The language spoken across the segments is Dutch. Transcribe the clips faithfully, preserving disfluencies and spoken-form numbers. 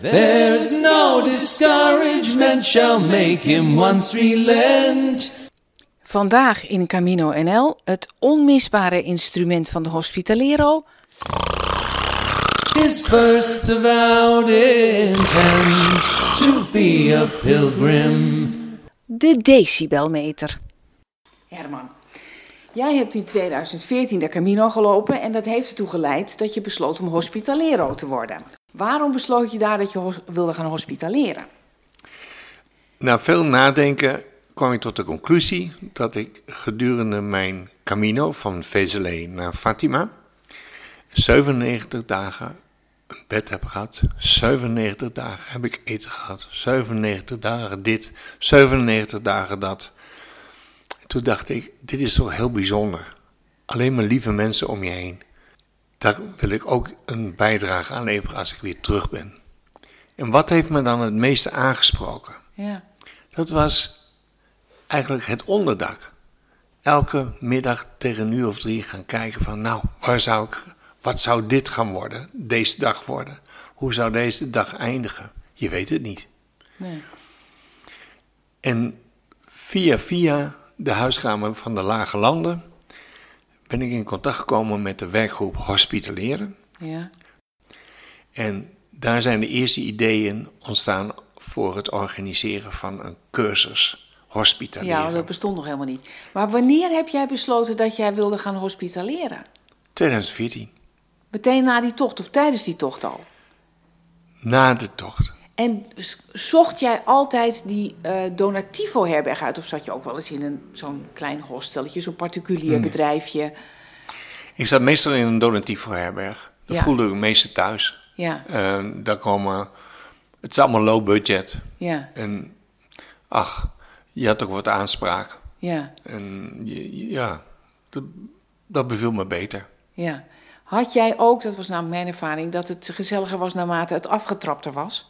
There's no discouragement shall make him once relent. Vandaag in Camino N L het onmisbare instrument van de Hospitalero. His first avowed intent to be a pilgrim. De decibelmeter. Herman, jij hebt in tweeduizend veertien de Camino gelopen en dat heeft ertoe geleid dat je besloot om Hospitalero te worden. Waarom besloot je daar dat je hos- wilde gaan hospitaleren? Na veel nadenken kwam ik tot de conclusie dat ik gedurende mijn Camino van Vézelay naar Fatima zevenennegentig dagen een bed heb gehad, zevenennegentig dagen heb ik eten gehad, zevenennegentig dagen dit, zevenennegentig dagen dat. Toen dacht ik, dit is toch heel bijzonder. Alleen maar lieve mensen om je heen. Daar wil ik ook een bijdrage aan leveren als ik weer terug ben. En wat heeft me dan het meeste aangesproken? Ja. Dat was eigenlijk het onderdak. Elke middag tegen een uur of drie gaan kijken van, nou, waar zou ik, wat zou dit gaan worden, deze dag worden? Hoe zou deze dag eindigen? Je weet het niet. Nee. En via via de huiskamer van de Lage Landen ben ik in contact gekomen met de werkgroep Hospitaleren. Ja. En daar zijn de eerste ideeën ontstaan voor het organiseren van een cursus hospitaleren. Ja, dat bestond nog helemaal niet. Maar wanneer heb jij besloten dat jij wilde gaan hospitaleren? tweeduizend veertien, Meteen na die tocht of tijdens die tocht al? na de tocht. En s- zocht jij altijd die eh Donativo-herberg uit? Of zat je ook wel eens in een, zo'n klein hostelletje, zo'n particulier Nee. bedrijfje? Ik zat meestal in een donatieve herberg. Daar Ja. voelde ik me meestal thuis. Ja, Uh, daar komen, het is allemaal low budget. ja, En ach, je had ook wat aanspraak. ja, En je- je- ja, dat, dat beviel me beter. ja. Had jij ook, dat was namelijk mijn ervaring, dat het gezelliger was naarmate het afgetrapter was?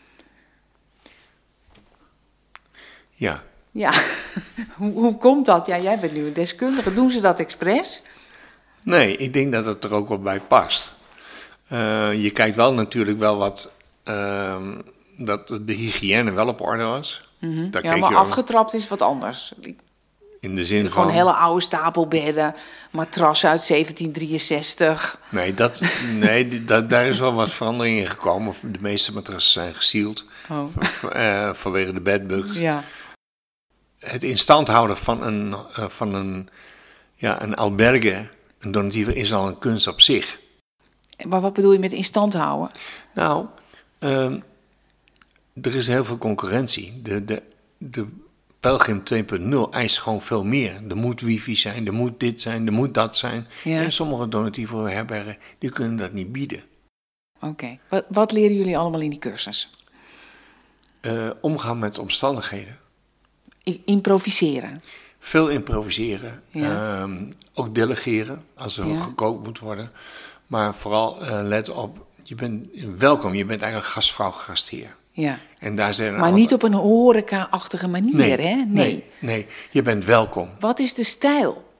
Ja, Ja, hoe, hoe komt dat? Ja, jij bent nu een deskundige. Doen ze dat expres? nee, ik denk dat het er ook wel bij past. Uh, je kijkt wel natuurlijk wel wat, uh, dat de hygiëne wel op orde was. Mm-hmm. Daar Ja, keek maar je wel afgetrapt is wat anders. in de zin Gewoon van... hele oude stapelbedden, matrassen uit zeventien drieënzestig. Nee, dat, nee die- dat, daar is wel wat verandering in gekomen. De meeste matrassen zijn gesield Oh. v- uh, vanwege de bedbugs. Ja, Het in stand houden van een, uh, van een, ja, een alberge, een donatieve, is al een kunst op zich. maar wat bedoel je met in stand houden? Nou, um, er is heel veel concurrentie. De, de, de Pelgrim twee punt nul eist gewoon veel meer. Er moet wifi zijn, er moet dit zijn, er moet dat zijn. Ja. En sommige donatieve herbergen, die kunnen dat niet bieden. Oké. Okay. Wat, wat leren jullie allemaal in die cursus? Uh, omgaan met omstandigheden. I- improviseren. Veel improviseren. Ja. Um, ook delegeren, als er Ja. gekookt moet worden. Maar vooral uh, let op, je bent welkom. Je bent eigenlijk gastvrouw, gastheer. Ja. En daar zijn Maar niet op een horeca-achtige manier, nee, hè? Nee. nee, nee, je bent welkom. Wat is de stijl?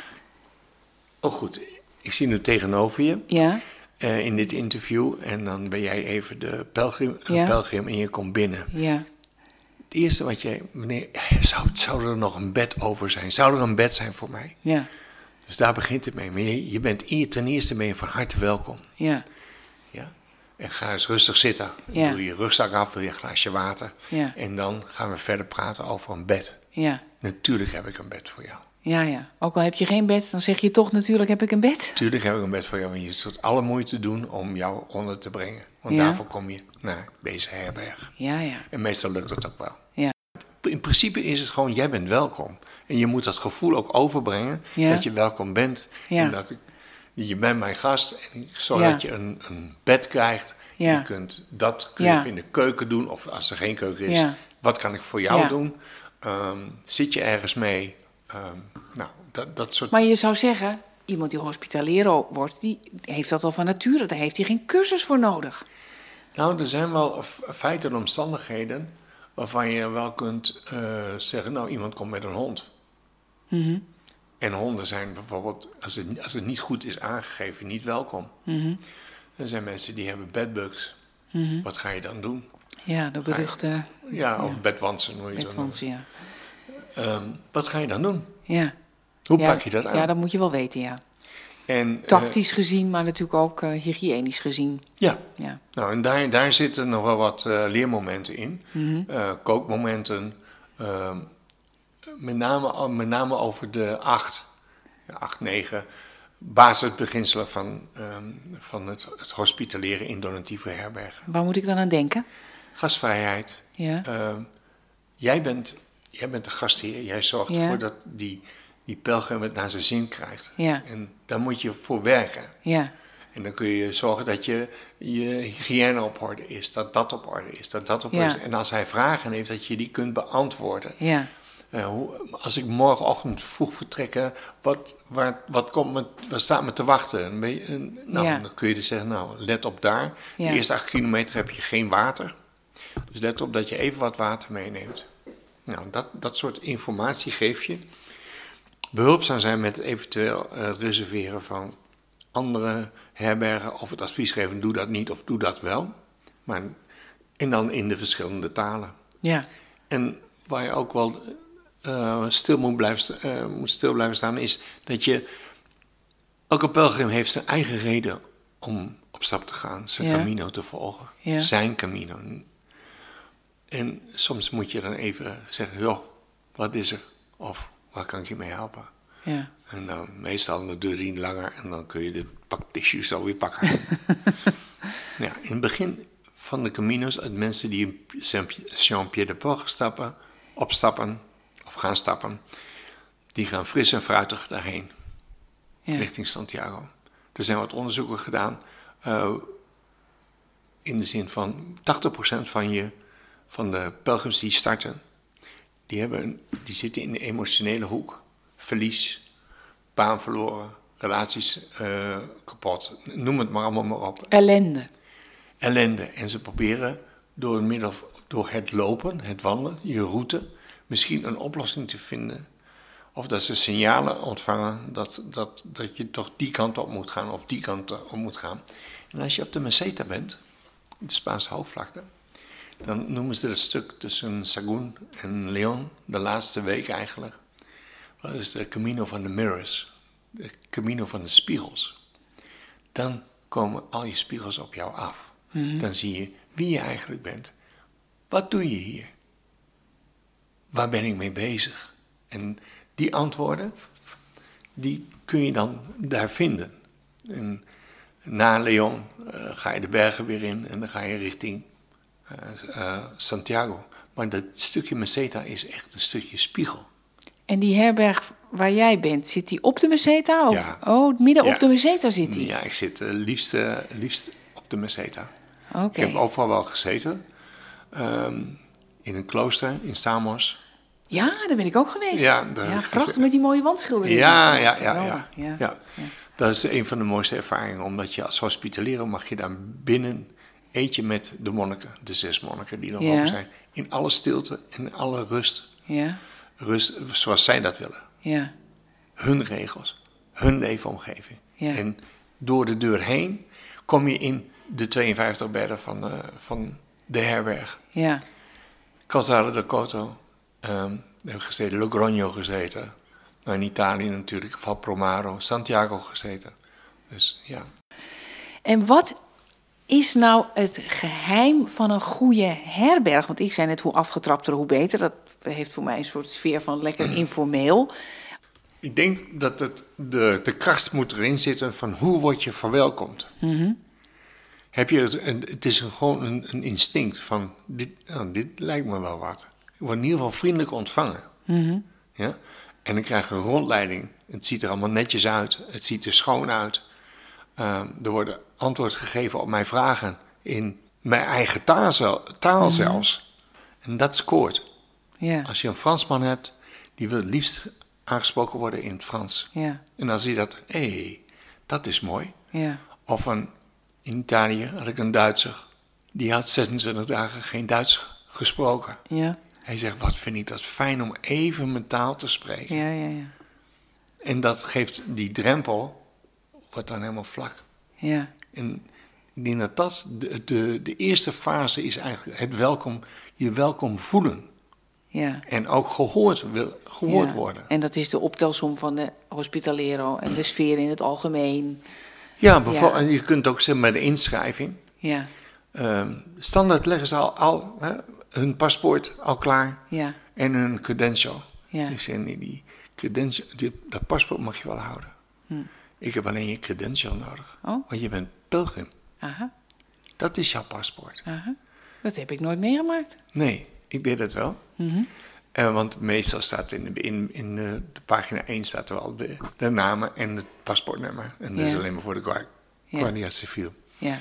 Oh goed, ik zie nu tegenover je Ja, uh, in dit interview. En dan ben jij even de pelgrim, uh, Ja. pelgrim en je komt binnen. ja, Het eerste wat jij, meneer, zou, zou er nog een bed over zijn? Zou er een bed zijn voor mij? ja, Dus daar begint het mee. Maar je, je bent eer- ten eerste ben je van harte welkom. ja, Ja? En ga eens rustig zitten. Ja. Doe je rugzak af, wil je een glaasje water. ja, En dan gaan we verder praten over een bed. ja, Natuurlijk heb ik een bed voor jou. ja, ja. Ook al heb je geen bed, dan zeg je toch natuurlijk heb ik een bed. Natuurlijk heb ik een bed voor jou. Want je zult alle moeite doen om jou onder te brengen. Want Ja. daarvoor kom je naar deze herberg. Ja, ja, En meestal lukt dat ook wel. ja, In principe is het gewoon, jij bent welkom. En je moet dat gevoel ook overbrengen Ja. dat je welkom bent. Ja. En dat ik, je bent mijn gast, en zodat Ja. je een, een bed krijgt. Ja. Je kunt, dat kun Ja. je even in de keuken doen, of als er geen keuken is, Ja. wat kan ik voor jou Ja. doen? Ehm, zit je ergens mee? Ehm, nou, dat, dat soort... Maar je zou zeggen, iemand die hospitalero wordt, die heeft dat al van nature. Daar heeft hij geen cursus voor nodig. Nou, er zijn wel f- feiten en omstandigheden waarvan je wel kunt uh, zeggen, nou, iemand komt met een hond. Mm-hmm. En honden zijn bijvoorbeeld, als het, als het niet goed is aangegeven, niet welkom. Mm-hmm. Er zijn mensen die hebben bedbugs. Mm-hmm. Wat ga je dan doen? Ja, de beruchte... Je, ja, ja, of bedwansen noem je het. Bedwansen, ja. Um, wat ga je dan doen? Ja. Hoe ja, pak je dat aan? Ja, dat moet je wel weten, ja. En, Tactisch uh, gezien, maar natuurlijk ook uh, hygiënisch gezien. Ja, ja. Nou, en daar, daar zitten nog wel wat uh, leermomenten in. Mm-hmm. Uh, kookmomenten. Uh, met, name, met name over de acht, ja, acht, negen basisbeginselen van, um, van het, het hospitaleren in donatieve herbergen. Waar moet ik dan aan denken? Gastvrijheid. Ja. Uh, jij, bent, jij bent de gastheer. Jij zorgt ja. ervoor dat die, die pelgrim het naar zijn zin krijgt. Ja. En daar moet je voor werken. Ja. En dan kun je zorgen dat je, je hygiëne op orde is, dat dat op orde is, dat dat op ja. orde is. En als hij vragen heeft, dat je die kunt beantwoorden. Ja. Uh, hoe, als ik morgenochtend vroeg vertrekken, wat, wat, wat, komt me, wat staat me te wachten? Nou, ja. dan kun je dus zeggen, nou, let op daar. Ja. De eerste acht kilometer heb je geen water. Dus let op dat je even wat water meeneemt. Nou, dat, dat soort informatie geef je. Behulpzaam zijn met eventueel uh, reserveren van andere herbergen of het advies geven, doe dat niet of doe dat wel. Maar, en dan in de verschillende talen. Ja. En waar je ook wel uh, stil, moet blijven, uh, moet stil blijven staan, is dat je, elke pelgrim heeft zijn eigen reden om op stap te gaan, zijn ja. camino te volgen. Ja. Zijn camino. En soms moet je dan even zeggen, joh, wat is er? Of waar kan ik je mee helpen? Ja. En dan meestal duurt het langer en dan kun je de pak tissues alweer pakken. Ja, in het begin van de camino's, uit mensen die in Saint-Pierre-de-Port stappen, opstappen of gaan stappen, die gaan fris en fruitig daarheen, ja. richting Santiago. Er zijn wat onderzoeken gedaan, uh, in de zin van tachtig procent van, je, van de pelgrims die starten, die, hebben, die zitten in de emotionele hoek, verlies, baan verloren, relaties uh, kapot, noem het maar allemaal maar op. Ellende. Ellende. En ze proberen door, middel, door het lopen, het wandelen, je route, misschien een oplossing te vinden. Of dat ze signalen ontvangen dat, dat, dat je toch die kant op moet gaan of die kant op moet gaan. En als je op de Meseta bent, de Spaanse hoofdvlakte, dan noemen ze het stuk tussen Sagún en León, de laatste week eigenlijk. Dat is de Camino van de Mirrors, de Camino van de spiegels. Dan komen al je spiegels op jou af. Mm-hmm. Dan zie je wie je eigenlijk bent. Wat doe je hier? Waar ben ik mee bezig? En die antwoorden, die kun je dan daar vinden. En na León uh, ga je de bergen weer in en dan ga je richting uh, uh, Santiago. Maar dat stukje Meseta is echt een stukje spiegel. En die herberg waar jij bent, zit die op de Meseta? Of? Ja. Oh, midden ja. op de Meseta zit die? Ja, ik zit uh, liefst, uh, liefst op de Meseta. Okay. Ik heb overal wel gezeten. Um, in een klooster in Samos. Ja, daar ben ik ook geweest. Ja, ja prachtig met die mooie wandschilderingen. Ja, ja, ja, ja, ja. Ja. ja. ja. Dat is een van de mooiste ervaringen, omdat je als hospitalero mag je daar binnen eet je met de monniken, de zes monniken die nog ja. over zijn. In alle stilte en alle rust. Ja. Rust zoals zij dat willen. Ja. Hun regels, hun leefomgeving. Ja. En door de deur heen kom je in de tweeënvijftig bedden van, uh, van de herberg. Ja. Casale de Coto, um, heb ik gezeten, Logroño gezeten. Nou, in Italië natuurlijk, Valpromaro, Santiago gezeten. Dus ja. En wat is nou het geheim van een goede herberg? Want ik zei net, hoe afgetrapter, hoe beter. Dat heeft voor mij een soort sfeer van lekker informeel. Ik denk dat het de, de kracht moet erin zitten van hoe word je verwelkomd. Mm-hmm. Heb je het, het is een, gewoon een, een instinct van, dit, nou, dit lijkt me wel wat. Je wordt in ieder geval vriendelijk ontvangen. Mm-hmm. Ja? En ik krijg een rondleiding. Het ziet er allemaal netjes uit. Het ziet er schoon uit. Uh, er worden antwoord gegeven op mijn vragen in mijn eigen taal, taal mm-hmm. zelfs. En dat scoort. Yeah. Als je een Fransman hebt, die wil het liefst aangesproken worden in het Frans. Yeah. En dan zie je dat, hé, hey, dat is mooi. Yeah. Of een, in Italië had ik een Duitser, die had zesentwintig dagen geen Duits gesproken. Yeah. Hij zegt, wat vind ik dat fijn om even mijn taal te spreken. Ja, ja, ja. En dat geeft die drempel, wordt dan helemaal vlak. Ja. En Ik denk dat dat de, de, de eerste fase is eigenlijk het welkom, je welkom voelen. Ja. En ook gehoord, gehoord ja. worden. En dat is de optelsom van de Hospitalero en de sfeer in het algemeen. Ja, bijvoorbeeld, Ja. en je kunt ook zeggen bij de inschrijving. Ja, Um, standaard leggen ze al, al hè, hun paspoort al klaar ja, en hun credential. ja. Ik zeg, nee, die credential, die, dat paspoort mag je wel houden. Hm. Ik heb alleen je credential nodig, Oh, want je bent pelgrim. aha, Dat is jouw paspoort. aha. Dat heb ik nooit meegemaakt. Nee, ik deed het wel. Mhm. Uh, want meestal staat in, de, in, in de, de pagina één staat er wel de, de namen en het paspoortnummer. En dat Ja. is alleen maar voor de Guardia, Ja. Guardia Civil. Ja,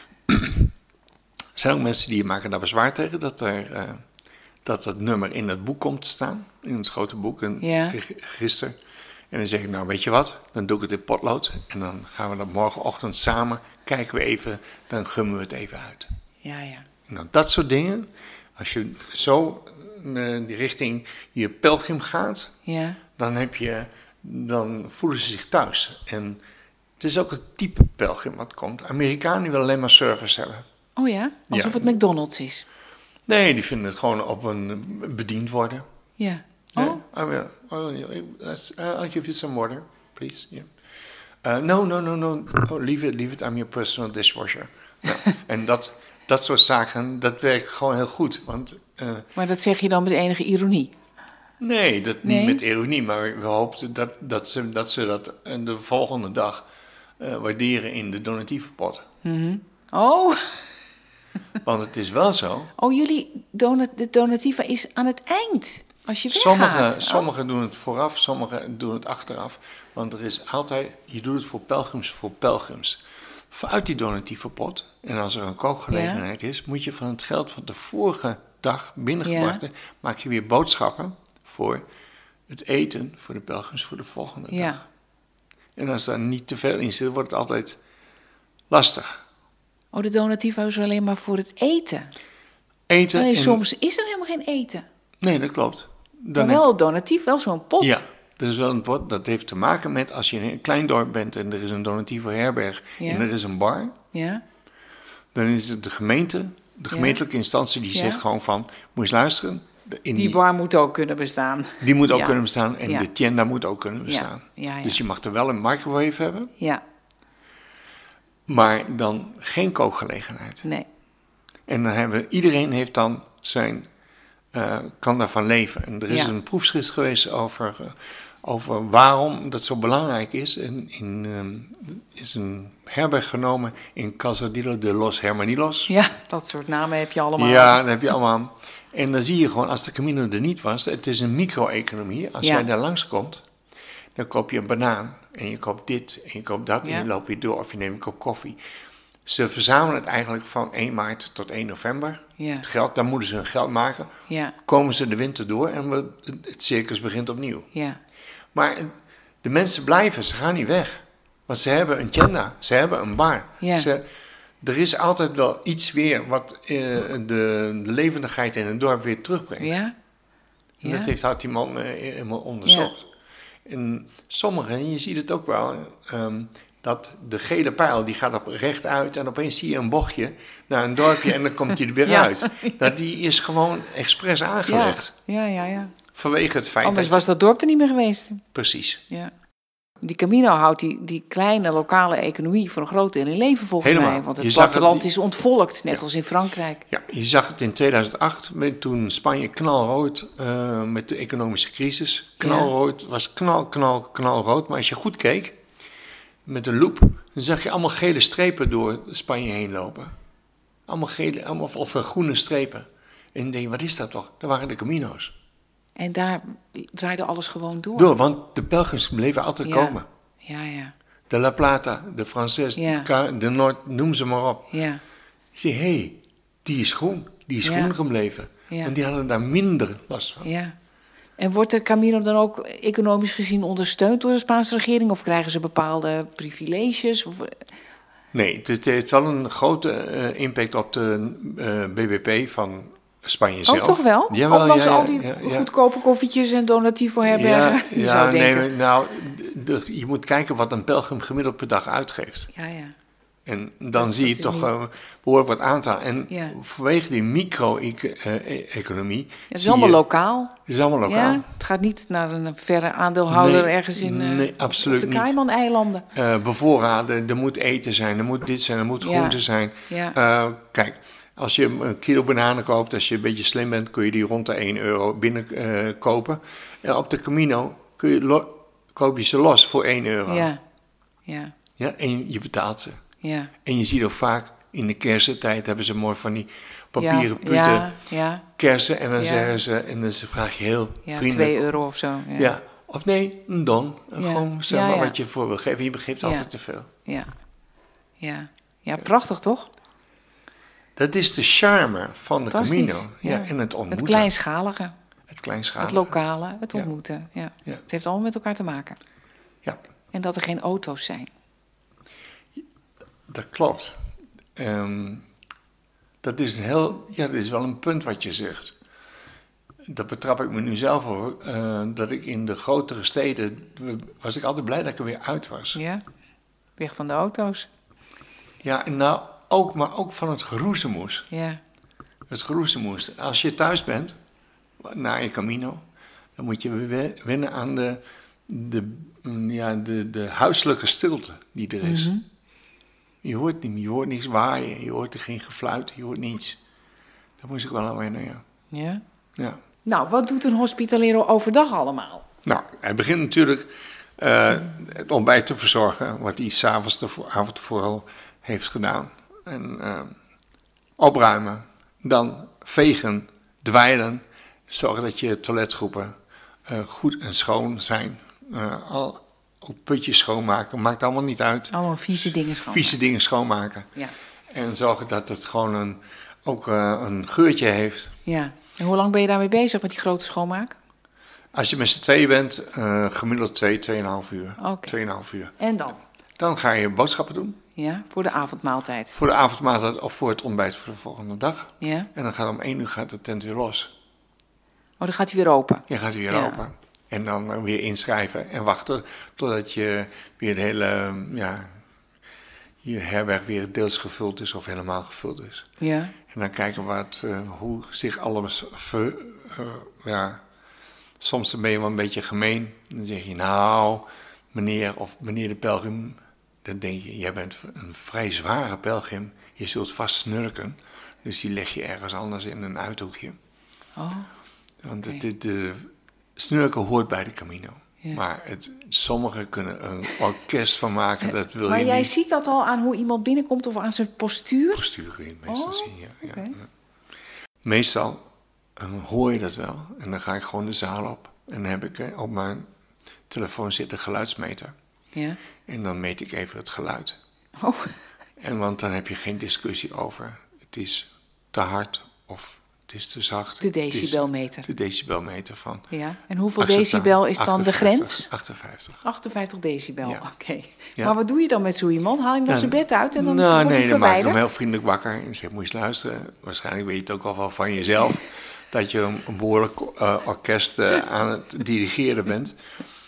Er zijn ook mensen die maken daar bezwaar tegen dat er, uh, dat het nummer in het boek komt te staan. In het grote boek, een Ja. register. En dan zeg ik, nou weet je wat, dan doe ik het in potlood. En dan gaan we dat morgenochtend samen, kijken we even, dan gummen we het even uit. ja, ja. Nou, dat soort dingen, als je zo uh, die richting je pelgrim gaat, Ja, dan, heb je, dan voelen ze zich thuis. En het is ook het type pelgrim wat komt. Amerikanen willen alleen maar service hebben. oh ja, alsof Ja. het McDonald's is. Nee, die vinden het gewoon op een bediend worden. Ja, Nee? oh, Oh, yeah. oh, yeah. Uh, I'll give you some water, please. Yeah. Uh, no, no, no, no. Oh, leave it, leave it. I'm your personal dishwasher. Nou, en dat, dat soort zaken, dat werkt gewoon heel goed. Want, uh, maar dat zeg je dan met enige ironie. nee, dat Nee? niet met ironie, maar we hoopten dat, dat, ze, dat ze dat de volgende dag uh, waarderen in de donatievenpot. Mhm. Oh, Want het is wel zo. oh, jullie donat de donatieva is aan het eind, als je weggaat. Sommigen Oh. sommige doen het vooraf, sommigen doen het achteraf. Want er is altijd, je doet het voor pelgrims voor pelgrims. Vanuit die donatieve pot, en als er een kookgelegenheid is, moet je van het geld van de vorige dag binnengebracht, Ja. maak je weer boodschappen voor het eten voor de pelgrims voor de volgende Ja. dag. En als daar niet te veel in zit, wordt het altijd lastig. Oh, de donatieva is alleen maar voor het eten. Eten Nee, en- soms is er helemaal geen eten. Nee, dat klopt. Maar Dan wel donatief, wel zo'n pot. Ja, dat is wel een pot. Dat heeft te maken met als je in een klein dorp bent en er is een donatieve herberg Ja. en er is een bar, Ja, dan is het de gemeente, de gemeentelijke instantie die Ja. zegt gewoon van, moet je eens luisteren, in die bar moet ook kunnen bestaan. die moet ook Ja. kunnen bestaan en Ja. de tienda moet ook kunnen bestaan. ja, ja. Dus je mag er wel een microwave hebben, Ja, maar dan geen kookgelegenheid. nee. En dan hebben iedereen heeft dan zijn, uh, kan daarvan leven. En er is Ja. een proefschrift geweest over, uh, over waarom dat zo belangrijk is. En in, um, is een herberg genomen in Casadillo de los Hermanilos. Ja, dat soort namen heb je allemaal. Ja, dat heb je allemaal. En dan zie je gewoon, als de Camino er niet was, het is een micro-economie. Als Ja. jij daar langskomt, dan koop je een banaan en je koopt dit en je koopt dat Ja. en je loopt weer door of je neemt een kop koffie. Ze verzamelen het eigenlijk van één maart tot één november. Ja, Het geld, dan moeten ze hun geld maken. ja, Komen ze de winter door en we, het circus begint opnieuw. ja. Maar de mensen blijven, ze gaan niet weg. Want ze hebben een tienda, ze hebben een bar. Ja. Ze, er is altijd wel iets weer wat uh, de, de levendigheid in het dorp weer terugbrengt. Ja, En ja. dat heeft had die man uh, helemaal onderzocht. En sommigen, je ziet het ook wel, um, dat de gele pijl die gaat op rechtuit en opeens zie je een bochtje naar een dorpje en dan komt hij er weer Ja. uit. Dat die is gewoon expres ja, aangelegd. ja, ja, ja. Vanwege het feit Anders dat... was dat dorp er niet meer geweest. Precies. Ja. Die Camino houdt die, die kleine lokale economie voor een groot deel in leven volgens Helemaal. mij. Want Je het zag het platteland niet- is ontvolkt, net Ja. als in Frankrijk. Ja, je zag het in tweeduizend acht, met, toen Spanje knalrood uh, met de economische crisis. Knalrood was knal, knal, knalrood. Maar als je goed keek, met een loop, dan zag je allemaal gele strepen door Spanje heen lopen. Allemaal gele, allemaal, of, of groene strepen. En dan denk je, wat is dat toch? Dat waren de Camino's. En daar draaide alles gewoon door. Door, want de pelgrims bleven altijd Ja. komen. Ja, ja, De La Plata, de Frances, Ja. de, Ca- de Noord, noem ze maar op. ja. Ik zeg, hé, hey, die is groen. Die is Ja. groen gebleven. Ja. En die hadden daar minder last van. Ja. En wordt de Camino dan ook economisch gezien ondersteund door de Spaanse regering? Of krijgen ze bepaalde privileges? Of... Nee, het, het heeft wel een grote uh, impact op de uh, B B P van Spanje zelf. Oh, toch wel? Jawel, Ondanks ja, ja, al die ja, ja. goedkope koffietjes en donativo herbergen? Ja, je ja, zou nee, denken. nou, de, de, je moet kijken wat een pelgrim gemiddeld per dag uitgeeft. Ja, ja. En dan Dat- zie je dat is toch niet- uh, behoorlijk wat aantal. En Ja. vanwege die micro-economie... Ja, het is allemaal lokaal. Het is allemaal lokaal. Ja, het gaat niet naar een verre aandeelhouder Nee, ergens in uh, nee, absoluut op de niet. Cayman-eilanden. Uh, bevoorraden, er moet eten zijn, er moet dit zijn, er moet Ja. groente zijn. Ja. Uh, kijk, als je een kilo bananen koopt, als je een beetje slim bent, kun je die rond de één euro binnen uh, kopen. Uh, op de Camino kun je lo- koop je ze los voor één euro. Ja, ja, Ja, en je betaalt ze. ja. En je ziet ook vaak in de kerstentijd hebben ze mooi van die papieren ja, putten ja, ja, kersen. En dan Ja. zeggen ze, en dan vraag je heel ja, vriendelijk. twee euro of zo. Ja, Ja, of nee, een don. Ja. Gewoon zeg Ja, maar ja. wat je voor wil geven. Je geeft Ja. altijd te veel. ja, ja. Ja, prachtig toch? Dat is de charme van de Fantastisch, Camino. Ja, ja. en het Het ontmoeten. kleinschalige, Het kleinschalige. het lokale, het Ja. ontmoeten. Ja. Ja. Het heeft allemaal met elkaar te maken. Ja, En dat er geen auto's zijn. dat klopt. Ehm, dat is een heel, ja, dat is wel een punt wat je zegt. Dat betrap ik me nu zelf over. Uh, dat ik in de grotere steden, was ik altijd blij dat ik er weer uit was. Ja, weg van de auto's. Ja, en nou ook, maar ook van het geroezemoes. Ja, Het geroezemoes. Als je thuis bent, na je Camino, dan moet je weer wennen aan de, de, ja, de, de huiselijke stilte die er is. Mm-hmm. Je hoort niet meer, je hoort niets waaien, je hoort er geen gefluit, je hoort niets. Daar moest ik wel aan wennen, ja. ja. ja. Nou, wat doet een hospitalero overdag allemaal? Nou, hij begint natuurlijk uh, het ontbijt te verzorgen, wat hij s'avonds de avond vooral heeft gedaan. En uh, opruimen, dan vegen, dweilen, zorgen dat je toiletgroepen uh, goed en schoon zijn. Uh, al, ook putjes schoonmaken, maakt allemaal niet uit. Allemaal vieze dingen schoonmaken. Vieze dingen schoonmaken. Ja. En zorgen dat het gewoon een, ook uh, een geurtje heeft. Ja. En hoe lang ben je daarmee bezig met die grote schoonmaak? Als je met z'n tweeën bent, uh, gemiddeld twee, tweeënhalf uur. Okay. Tweeënhalf uur. En dan? Dan ga je boodschappen doen. Ja, voor de avondmaaltijd. Voor de avondmaaltijd of voor het ontbijt voor de volgende dag. Ja. En dan gaat om één uur gaat de tent weer los. Oh, dan gaat hij weer open. Je gaat weer Ja. open. En dan uh, weer inschrijven en wachten totdat je weer de hele, uh, ja, je herberg weer deels gevuld is of helemaal gevuld is. Ja. En dan kijken we wat, uh, hoe zich alles, ver, uh, ja, soms ben je wel een beetje gemeen. Dan zeg je, nou, meneer of meneer de pelgrim, dan denk je, jij bent een vrij zware pelgrim, je zult vast snurken. Dus die leg je ergens anders in een uithoekje. Oh. Want Okay. de, de snurken hoort bij de Camino. Ja. Maar het, sommigen kunnen een orkest van maken, dat wil Maar je jij niet. ziet dat al aan hoe iemand binnenkomt of aan zijn postuur? Postuur kun je het meestal Oh, zien, ja. ja, oké. ja. Meestal uh, hoor je dat wel. En dan ga ik gewoon de zaal op. En dan heb ik uh, op mijn telefoon zit een geluidsmeter. Ja. En dan meet ik even het geluid. Oh. En want dan heb je geen discussie over. Het is te hard of het is te zacht. De Het is decibelmeter. De decibelmeter van. Ja. En hoeveel achtenvijftig, decibel is dan de achtenvijftig, grens? achtenvijftig. achtenvijftig decibel, Ja. oké. Ja. Maar wat doe je dan met zo iemand? Haal je hem dan Ja, zijn bed uit en dan nou, wordt nee, hij dan maak ik hem verwijderd? heel vriendelijk wakker en zeg, moet je eens luisteren. Waarschijnlijk weet je het ook al wel van jezelf, dat je een, een behoorlijk uh, orkest uh, aan het dirigeren bent.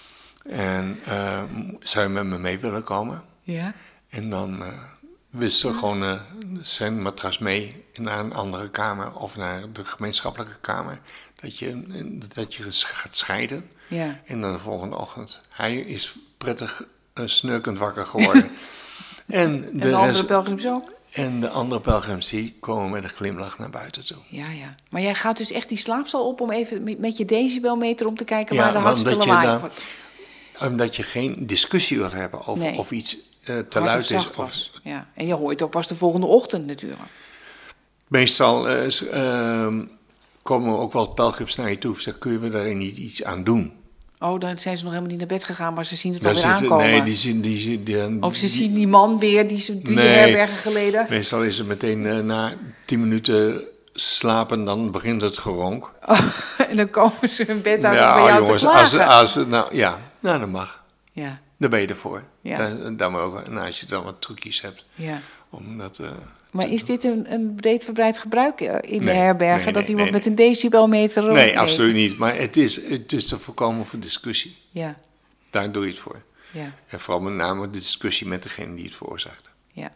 En uh, zou je met me mee willen komen? Ja. En dan uh, wisselen we gewoon uh, zijn matras mee naar een andere kamer of naar de gemeenschappelijke kamer. Dat je, dat je gaat scheiden. Ja. En dan de volgende ochtend. Hij is prettig uh, snurkend wakker geworden. en, de En de andere rest, pelgrims ook? en de andere pelgrims die komen met een glimlach naar buiten toe. Ja, ja. Maar jij gaat dus echt die slaapzaal op om even met, met je decibelmeter om te kijken Ja, waar de maar hardste omdat je lawaai dan- wordt. Omdat je geen discussie wilt hebben over Nee. of iets uh, te Hard of luid zacht is. Of, was. Ja. En je hoort ook pas de volgende ochtend natuurlijk. meestal uh, is, uh, komen ook wel pelgrims naar je toe. Zeg, kun je daar niet iets aan doen? Oh, dan zijn ze nog helemaal niet naar bed gegaan, maar ze zien het Daar alweer zit- aankomen. Nee, die zien... Die, zien- die, Of ze die- zien die man weer, die ze drie Nee. herbergen geleden. Meestal is het meteen uh, na tien minuten slapen, dan begint het geronk. Oh, en dan komen ze hun bed uit om bij Ja, jou jongens, te als, klagen. als, nou ja, nou dat mag. Ja, Daar ben je ervoor. Ja. Daar, daar mogen. En als je dan wat trucjes hebt, ja. om dat... Uh, Maar is dit een, een breed verbreid gebruik in de Nee, herbergen? nee, dat nee, iemand nee, met een decibelmeter nee, rondleeft? absoluut niet. Maar het is, het is te voorkomen voor discussie. Ja, Daar doe je het voor. ja, En vooral met name de discussie met degene die het veroorzaakt. ja.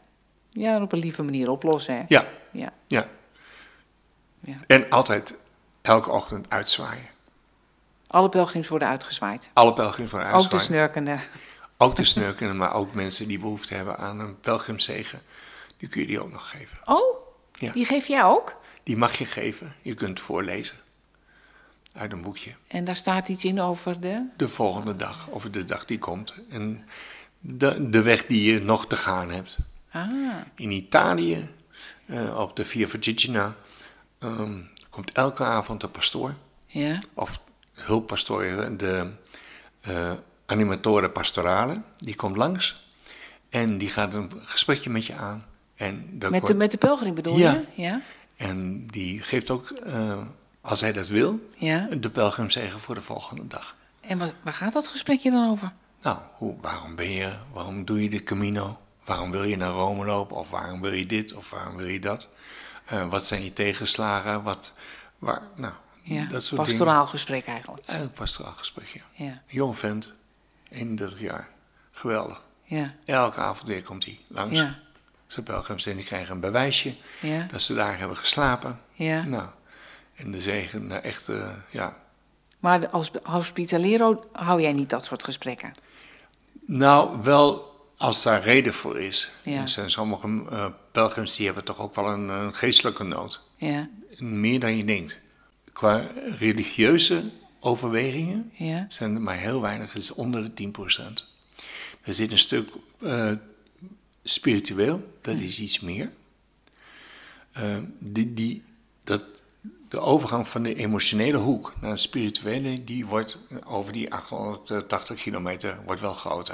Ja, op een lieve manier oplossen, hè? Ja, Ja. ja. Ja. En altijd elke ochtend uitzwaaien. Alle pelgrims worden uitgezwaaid. Alle pelgrims worden Ook de uitzwaaien. snurkende. Ook de snurkenden, maar ook mensen die behoefte hebben aan een pelgrimszegen. Die kun je die ook nog geven. Oh, Ja. die geef jij ook? Die mag je geven. Je kunt voorlezen. Uit een boekje. En daar staat iets in over de... De volgende dag. Of de dag die komt. En de, de weg die je nog te gaan hebt. Ah, In Italië, uh, op de Via Vergina, um, komt elke avond de pastoor. ja. Of hulppastoor, de uh, animatore pastorale. Die komt langs. En die gaat een gesprekje met je aan. En dat Met de, wordt- met de pelgrim bedoel Ja. je? Ja. En die geeft ook, uh, als hij dat wil, Ja. de pelgrimzegen voor de volgende dag. En wat, waar gaat dat gesprekje dan over? Nou, hoe, waarom ben je, waarom doe je de Camino? Waarom wil je naar Rome lopen? Of waarom wil je dit? Of waarom wil je dat? Uh, wat zijn je tegenslagen? Wat, waar, nou, Ja. dat soort Pastoraal gesprek eigenlijk. dingen. Eigenlijk pastoraal gesprekje. Ja. Jong vent, eenendertig jaar. Geweldig. Ja. Elke avond weer komt hij langs. Ja. Zijn pelgrims en die krijgen een bewijsje Ja. dat ze daar hebben geslapen. Ja. Nou, en de zegen, nou echt, uh, ja. Maar de- als hospitalero hou jij niet dat soort gesprekken? Nou, wel als daar reden voor is. Ja. Er zijn sommige uh, pelgrims die hebben toch ook wel een, een geestelijke nood. Ja. Meer dan je denkt. Qua religieuze overwegingen Ja. zijn er maar heel weinig, het is onder de tien procent. Er zit een stuk uh, spiritueel, dat is iets meer. Uh, die, die, dat, de overgang van de emotionele hoek naar de spirituele, die wordt over die achthonderdtachtig kilometer wordt wel groter.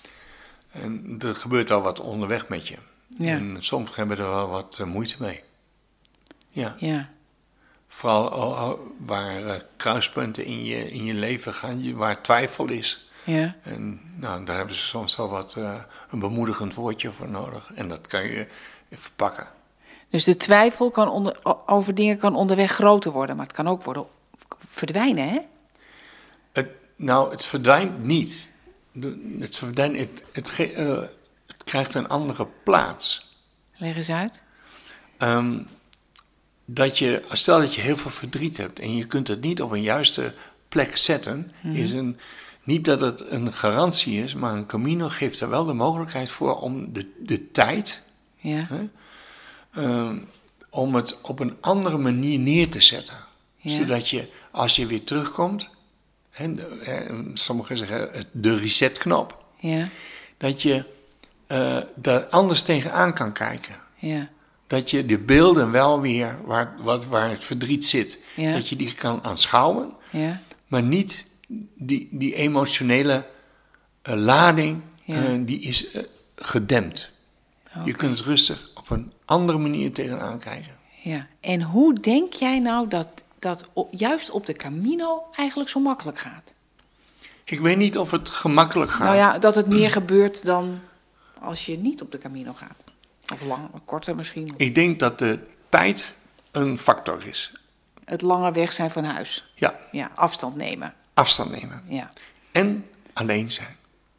En er gebeurt wel wat onderweg met je. Ja. En soms hebben we er wel wat uh, moeite mee. Ja. Ja. Vooral oh, oh, waar uh, kruispunten in je, in je leven gaan, waar twijfel is. Ja. En nou, daar hebben ze soms wel wat uh, een bemoedigend woordje voor nodig. En dat kan je verpakken. Dus de twijfel kan onder, o- over dingen kan onderweg groter worden, maar het kan ook worden verdwijnen, hè? Het, nou, het verdwijnt niet. De, het, verdwijnt, het, het, ge, uh, het krijgt een andere plaats. Leg eens uit. Um, dat je, stel dat je heel veel verdriet hebt en je kunt het niet op een juiste plek zetten, mm-hmm. is een, niet dat het een garantie is, maar een Camino geeft er wel de mogelijkheid voor om de, de tijd, Ja. hè, um, om het op een andere manier neer te zetten. Ja. Zodat je, als je weer terugkomt, hè, de, hè, sommigen zeggen de resetknop, Ja. dat je uh, daar anders tegenaan kan kijken. Ja. Dat je de beelden wel weer, waar, wat, waar het verdriet zit, Ja. dat je die kan aanschouwen, Ja. maar niet die, die emotionele uh, lading, Ja. uh, die is uh, gedempt. Okay. Je kunt rustig op een andere manier tegenaan kijken. Ja. En hoe denk jij nou dat dat op, juist op de Camino eigenlijk zo makkelijk gaat? Ik weet niet of het gemakkelijk gaat. Nou ja, dat het meer gebeurt dan als je niet op de Camino gaat. Of lang, korter misschien. Ik denk dat de tijd een factor is. Het lange weg zijn van huis. Ja, Ja, afstand nemen. afstand nemen. Ja. En alleen zijn.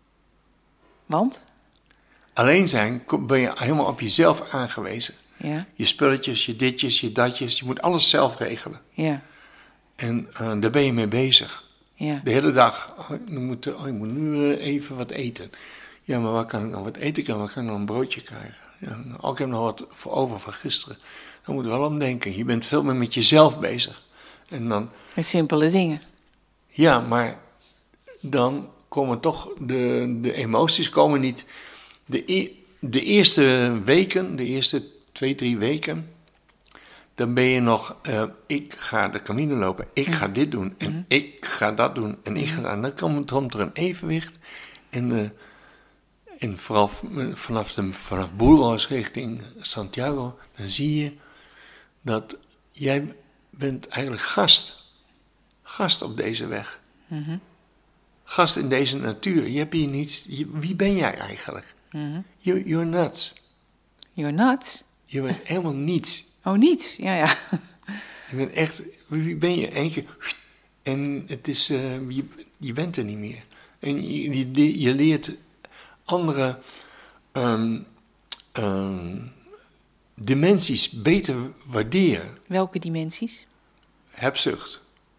Want? Alleen zijn ben je helemaal op jezelf aangewezen. Ja. Je spulletjes, je ditjes, je datjes, je moet alles zelf regelen. Ja. En uh, daar ben je mee bezig. Ja. De hele dag. Oh, ik, moet, oh, ik moet nu uh, even wat eten. Ja, maar waar kan ik nou wat eten? Kan, waar kan ik nou een broodje krijgen? Ja, nou, ik heb nog wat voor over van gisteren. Dan moet je wel om denken. Je bent veel meer met jezelf bezig. En dan, Met simpele dingen. ja, maar dan komen toch de, de emoties komen niet. De, e- de eerste weken, de eerste twee, drie weken, dan ben je nog, uh, ik ga de Camino lopen, ik ga dit doen en mm-hmm. ik ga dat doen en ik ga dat. En dan komt, komt er een evenwicht en, uh, en vooral vanaf, de, vanaf Burgos richting Santiago, dan zie je dat jij bent eigenlijk gast, gast op deze weg. Mm-hmm. Gast in deze natuur. Je hebt hier niets, je, wie ben jij eigenlijk? Mm-hmm. You, you're nuts. You're nuts? Je bent helemaal niets. Oh, niets? Ja, ja. Je bent echt, wie ben je? Eén keer, en het is, uh, je, je bent er niet meer. En je, je, je leert andere um, uh, dimensies beter waarderen. Welke dimensies? Hebzucht.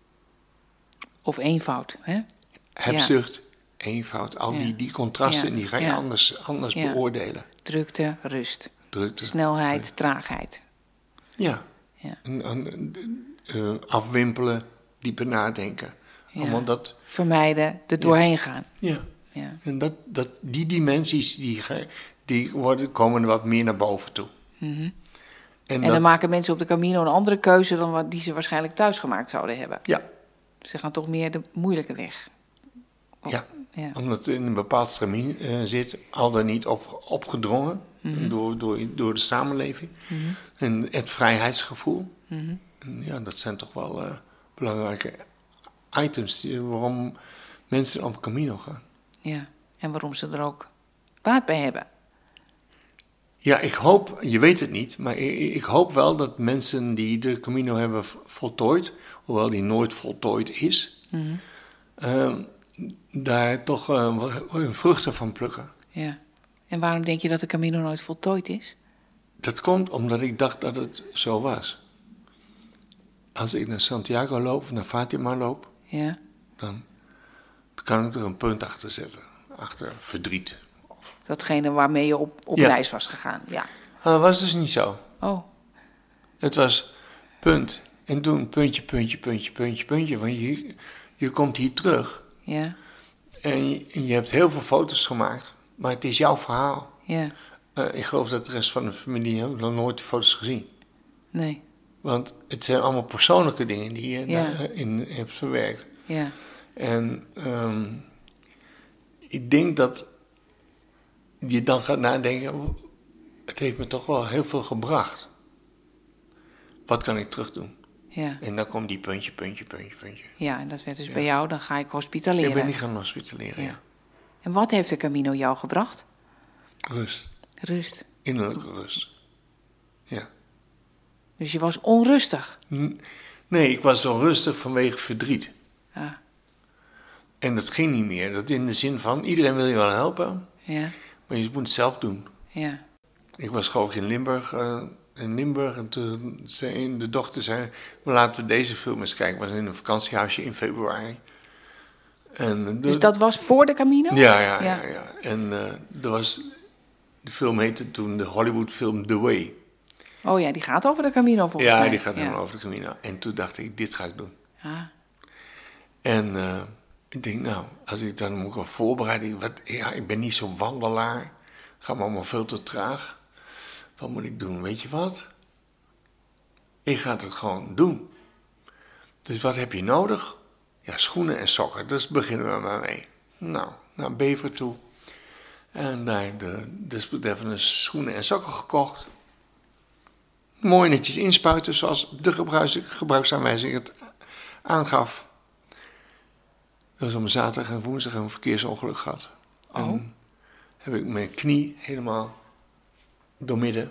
Of eenvoud, hè? Hebzucht, ja. eenvoud, al ja. die, die contrasten, ja. die ga je ja. anders, anders ja. beoordelen. Drukte, rust. Drukte, snelheid, rust. traagheid. Ja. ja. En, en, uh, afwimpelen, dieper nadenken. Ja. Allemaal dat... Vermijden, er doorheen ja. gaan. Ja. ja. En dat, dat, die dimensies, die, die worden, komen er wat meer naar boven toe. Mm-hmm. En, en dat, dan maken mensen op de Camino een andere keuze dan wat die ze waarschijnlijk thuis gemaakt zouden hebben. Ja. Ze gaan toch meer de moeilijke weg. Of, ja, ja, omdat het in een bepaald stramien uh, zit, al dan niet op, opgedrongen mm-hmm. door, door, door de samenleving. Mm-hmm. En het vrijheidsgevoel. Mm-hmm. En ja, dat zijn toch wel uh, belangrijke items die, waarom mensen op Camino gaan. Ja, en waarom ze er ook baat bij hebben. Ja, ik hoop, je weet het niet, maar ik, ik hoop wel dat mensen die de Camino hebben voltooid, hoewel die nooit voltooid is, mm-hmm. uh, daar toch uh, vruchten van plukken. Ja, en waarom denk je dat de Camino nooit voltooid is? Dat komt omdat ik dacht dat het zo was. Als ik naar Santiago loop of naar Fatima loop, ja. dan kan ik er een punt achter zetten, achter verdriet. Datgene waarmee je op, op ja. reis was gegaan, ja. Dat was dus niet zo. Oh. Het was punt. En toen puntje, puntje, puntje, puntje, puntje. Want je, je komt hier terug. Ja. En je, en je hebt heel veel foto's gemaakt. Maar het is jouw verhaal. Ja. Uh, ik geloof dat de rest van de familie heeft nog nooit de foto's gezien. Nee. Want het zijn allemaal persoonlijke dingen die je ja. daarin hebt verwerkt. Ja. En um, ik denk dat je dan gaat nadenken, het heeft me toch wel heel veel gebracht. Wat kan ik terug doen? Ja. En dan komt die puntje, puntje, puntje, puntje. Ja, en dat werd dus ja. bij jou, dan ga ik hospitaleren. Ik ben niet gaan hospitaleren, ja. ja. En wat heeft de Camino jou gebracht? Rust. Rust. Innerlijke rust. Ja. Dus je was onrustig? Nee, ik was onrustig vanwege verdriet. Ah. En dat ging niet meer. Dat in de zin van, iedereen wil je wel helpen. Ja. Maar je moet het zelf doen. Ja. Ik was geloof ik in Limburg, uh, in Limburg en toen zei de dochter zei, laten we deze film eens kijken. We was in een vakantiehuisje in februari. En de, dus dat was voor de Camino? Ja, ja, ja. ja, ja. En uh, er was, de film heette toen de Hollywood film The Way. Oh ja, die gaat over de Camino volgens ja, mij. Ja, die gaat helemaal ja. over de Camino. En toen dacht ik, dit ga ik doen. Ah. En uh, ik denk, nou, als ik dan moet ik wel voorbereiden. Wat, ja, ik ben niet zo'n wandelaar. Gaat me allemaal veel te traag. Wat moet ik doen? Weet je wat? Ik ga het gewoon doen. Dus wat heb je nodig? Ja, schoenen en sokken. Dus beginnen we maar mee. Nou, naar Bever toe. En daar de, dus even een schoenen en sokken gekocht. Mooi netjes inspuiten, zoals de gebruiks, gebruiksaanwijzing het aangaf. Dat was op zaterdag en woensdag een verkeersongeluk gehad. Oh. En heb ik mijn knie helemaal doormidden.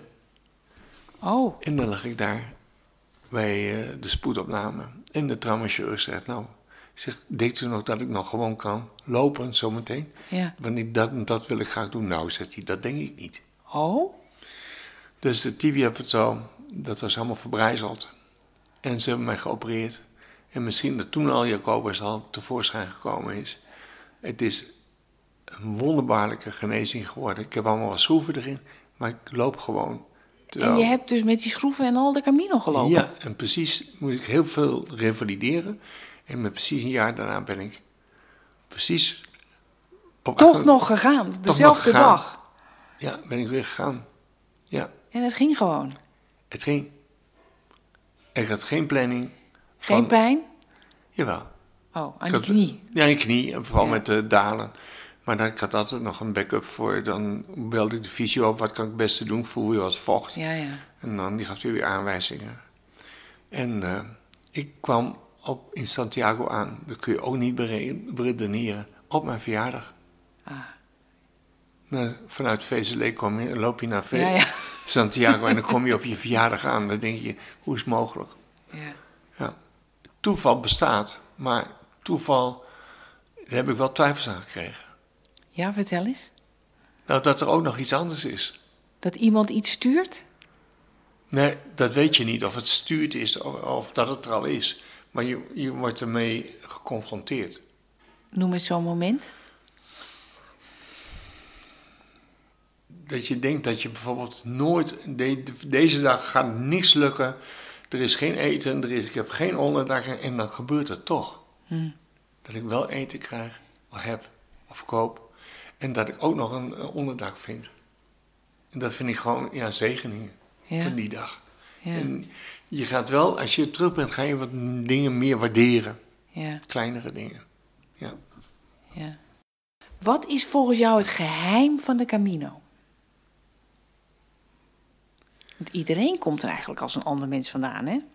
Oh. En dan lag ik daar bij uh, de spoedopname. En de traumachirurg zegt, nou, zeg, denkt u nog dat ik nog gewoon kan lopen zometeen? Ja. Wanneer dat en dat wil ik graag doen. Nou, zegt hij, dat denk ik niet. Oh. Dus de tibia-plateau, dat was helemaal verbrijzeld. En ze hebben mij geopereerd. En misschien dat toen al Jacobus al tevoorschijn gekomen is. Het is een wonderbaarlijke genezing geworden. Ik heb allemaal wat schroeven erin, maar ik loop gewoon. Terwijl... En je hebt dus met die schroeven en al de Camino gelopen? Ja, en precies moet ik heel veel revalideren. En met precies een jaar daarna ben ik precies... Op Toch achter... nog gegaan, dezelfde nog gegaan. dag? Ja, ben ik weer gegaan. Ja. En het ging gewoon? Het ging. Ik had geen planning. Geen van... pijn? Jawel. Oh, aan je knie? Ja, aan je knie, en vooral ja. met de dalen. Maar dan, ik had altijd nog een backup voor. Dan belde ik de fysio op, wat kan ik het beste doen? Ik voel weer wat vocht. Ja, ja. En dan die gaf hij weer aanwijzingen. En uh, ik kwam op in Santiago aan. Dat kun je ook niet beredeneren. Op mijn verjaardag. Ah. Nou, vanuit Vezelé kom je, loop je naar Ve- ja, ja. Santiago en dan kom je op je verjaardag aan. Dan denk je, hoe is het mogelijk? Ja. Ja. Toeval bestaat, maar toeval, daar heb ik wel twijfels aan gekregen. Ja, vertel eens. Nou, dat er ook nog iets anders is. Dat iemand iets stuurt? Nee, dat weet je niet. Of het stuurd is of, of dat het er al is. Maar je, je wordt ermee geconfronteerd. Noem eens zo'n moment. Dat je denkt dat je bijvoorbeeld nooit... De, deze dag gaat niks lukken. Er is geen eten. Er is, ik heb geen onderdak. En dan gebeurt het toch. Hmm. Dat ik wel eten krijg. Of heb. Of koop. En dat ik ook nog een, een onderdak vind. En dat vind ik gewoon ja, zegeningen. Ja. Van die dag. Ja. En je gaat wel, als je terug bent, ga je wat dingen meer waarderen. Ja. Kleinere dingen. Ja. Ja. Wat is volgens jou het geheim van de Camino? Want iedereen komt er eigenlijk als een ander mens vandaan, hè?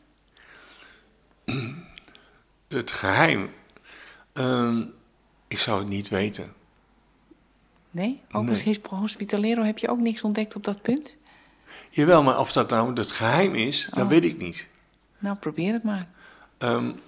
Het geheim? Uh, ik zou het niet weten. Nee? Ook nee. Als hospitalero heb je ook niks ontdekt op dat punt? Jawel, maar of dat nou het geheim is, oh. dat weet ik niet. Nou, probeer het maar. Um,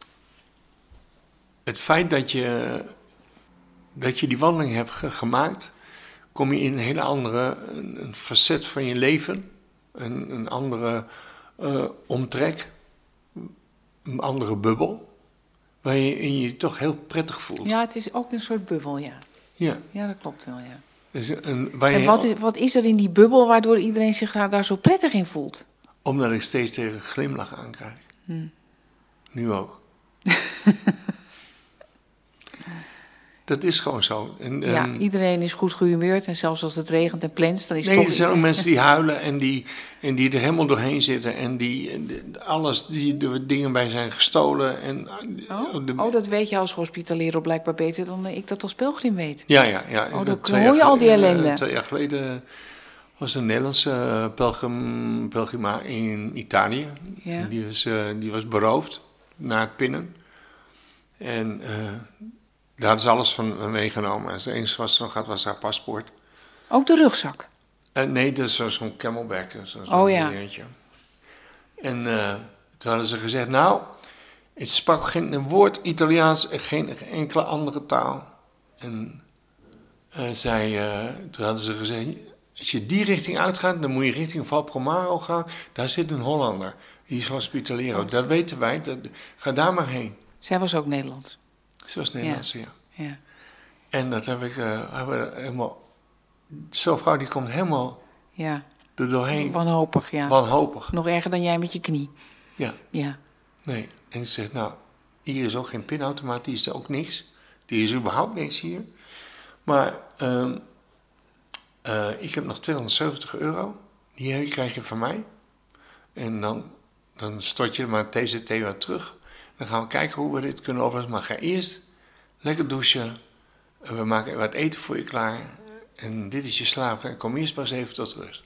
het feit dat je, dat je die wandeling hebt ge- gemaakt, kom je in een hele andere een, een facet van je leven. Een, een andere uh, omtrek. Een andere bubbel. Waar je in je toch heel prettig voelt. Ja, het is ook een soort bubbel, ja. Ja. Ja, dat klopt wel, ja. Dus een, waar je en wat is, wat is er in die bubbel waardoor iedereen zich daar, daar zo prettig in voelt? Omdat ik steeds tegen een glimlach aankrijg. Hmm. Nu ook. Dat is gewoon zo. En, ja, um, iedereen is goed gehumeurd en zelfs als het regent en plenst, dan is nee, toch... er zijn ook mensen die huilen en die, en die er helemaal doorheen zitten en die, en die alles, die er dingen bij zijn gestolen. En, oh? De, oh, dat weet je als hospitalero blijkbaar beter dan ik dat als pelgrim weet. Ja, ja, ja. Oh, dan hoor je al die ellende. Uh, twee jaar geleden was een Nederlandse pelgrim, pelgrima in Italië. Ja. Die, was, uh, die was beroofd na het pinnen. En... Uh, daar hadden ze alles van meegenomen. Het enige wat ze nog had was haar paspoort. Ook de rugzak? Uh, nee, dat is zo, zo'n camelback. Zo, zo oh ja. Dingetje. En uh, toen hadden ze gezegd, nou, het sprak geen woord Italiaans, geen enkele andere taal. En uh, zij, uh, toen hadden ze gezegd, als je die richting uitgaat, dan moet je richting Valpromaro gaan. Daar zit een Hollander, die is hospitalero. Dat weten wij, dat, ga daar maar heen. Zij was ook Nederlands? Zoals Nederlands, ja. ja. ja. En dat heb ik uh, hebben helemaal... Zo'n vrouw die komt helemaal ja. er doorheen. Wanhopig, ja. Wanhopig. Nog erger dan jij met je knie. Ja. Ja. Nee. En ik zeg, nou, hier is ook geen pinautomaat, die is er ook niks. Die is überhaupt niks hier. Maar uh, uh, ik heb nog tweehonderdzeventig euro. Die krijg je van mij. En dan, dan stort je maar T Z T weer terug. Dan gaan we kijken hoe we dit kunnen oplossen. Maar ga eerst lekker douchen. We maken wat eten voor je klaar. En dit is je slaap. En kom eerst maar eens even tot rust.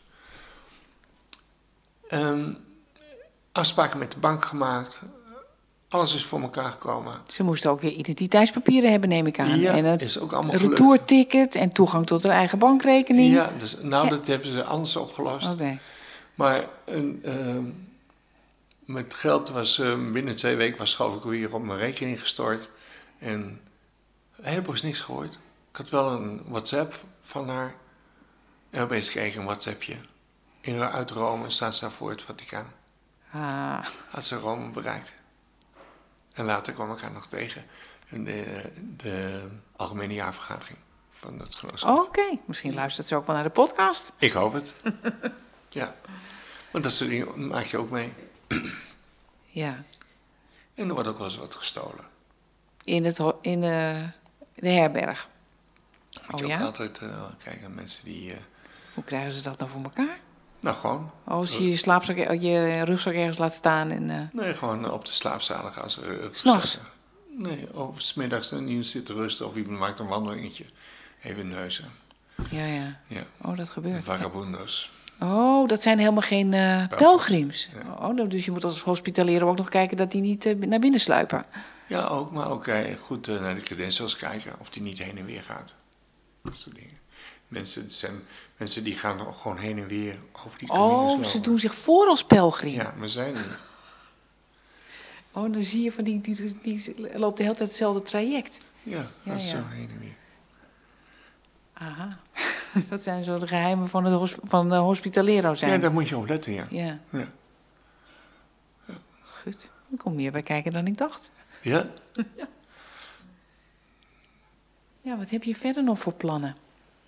Um, afspraken met de bank gemaakt. Alles is voor elkaar gekomen. Ze moesten ook weer identiteitspapieren hebben, neem ik aan. Ja, en een is ook allemaal retourticket en toegang tot hun eigen bankrekening. Ja, dus, nou ja. dat hebben ze anders opgelost. Oké. Okay. Maar... een uh, met geld was uh, binnen twee weken was geloof ik weer op mijn rekening gestort. En helemaal is niks gehoord. Ik had wel een WhatsApp van haar. En opeens kreeg ik een WhatsAppje. In, uit Rome staat ze voor het Vaticaan. Ah. Had ze Rome bereikt. En later kwam ik haar nog tegen. In de, de algemene jaarvergadering van het genootschap. Oké, okay. Misschien luistert ze ook wel naar de podcast. Ik hoop het. Ja. Want dat soort dingen maak je ook mee. Ja. En er wordt ook wel eens wat gestolen. In, het, in uh, de herberg? Moet je oh, ook ja? altijd uh, kijken, mensen die... Uh... Hoe krijgen ze dat nou voor elkaar? Nou, gewoon. Als je je, slaapzak, je rugzak ergens laat staan en... Uh... Nee, gewoon uh, op de slaapzalen gaan ze... Uh, 'S'nachts? Nee, of 's middags iemand zit te rusten of iemand maakt een wandelingetje. Even neuzen. Ja, ja. ja. Oh, dat gebeurt. Vagabundos. Oh, dat zijn helemaal geen uh, pelgrims. Ja. Oh, dus je moet als hospitalero ook nog kijken dat die niet uh, naar binnen sluipen. Ja, ook. Maar ook uh, goed uh, naar de credentials kijken of die niet heen en weer gaat. Dat soort dingen. Mensen, zijn, mensen die gaan nog gewoon heen en weer over die camino's Oh, ze doen zich voor als pelgrim. Ja, maar zijn niet. Oh, dan zie je van die, die, die, die loopt de hele tijd hetzelfde traject. Ja, dat is ja, ja. zo heen en weer. Aha. Dat zijn zo de geheimen van, het hosp- van de Hospitalero zijn. Ja, daar moet je op letten, ja. Ja. Ja. Goed. Er komt meer bij kijken dan ik dacht. Ja? Ja, wat heb je verder nog voor plannen?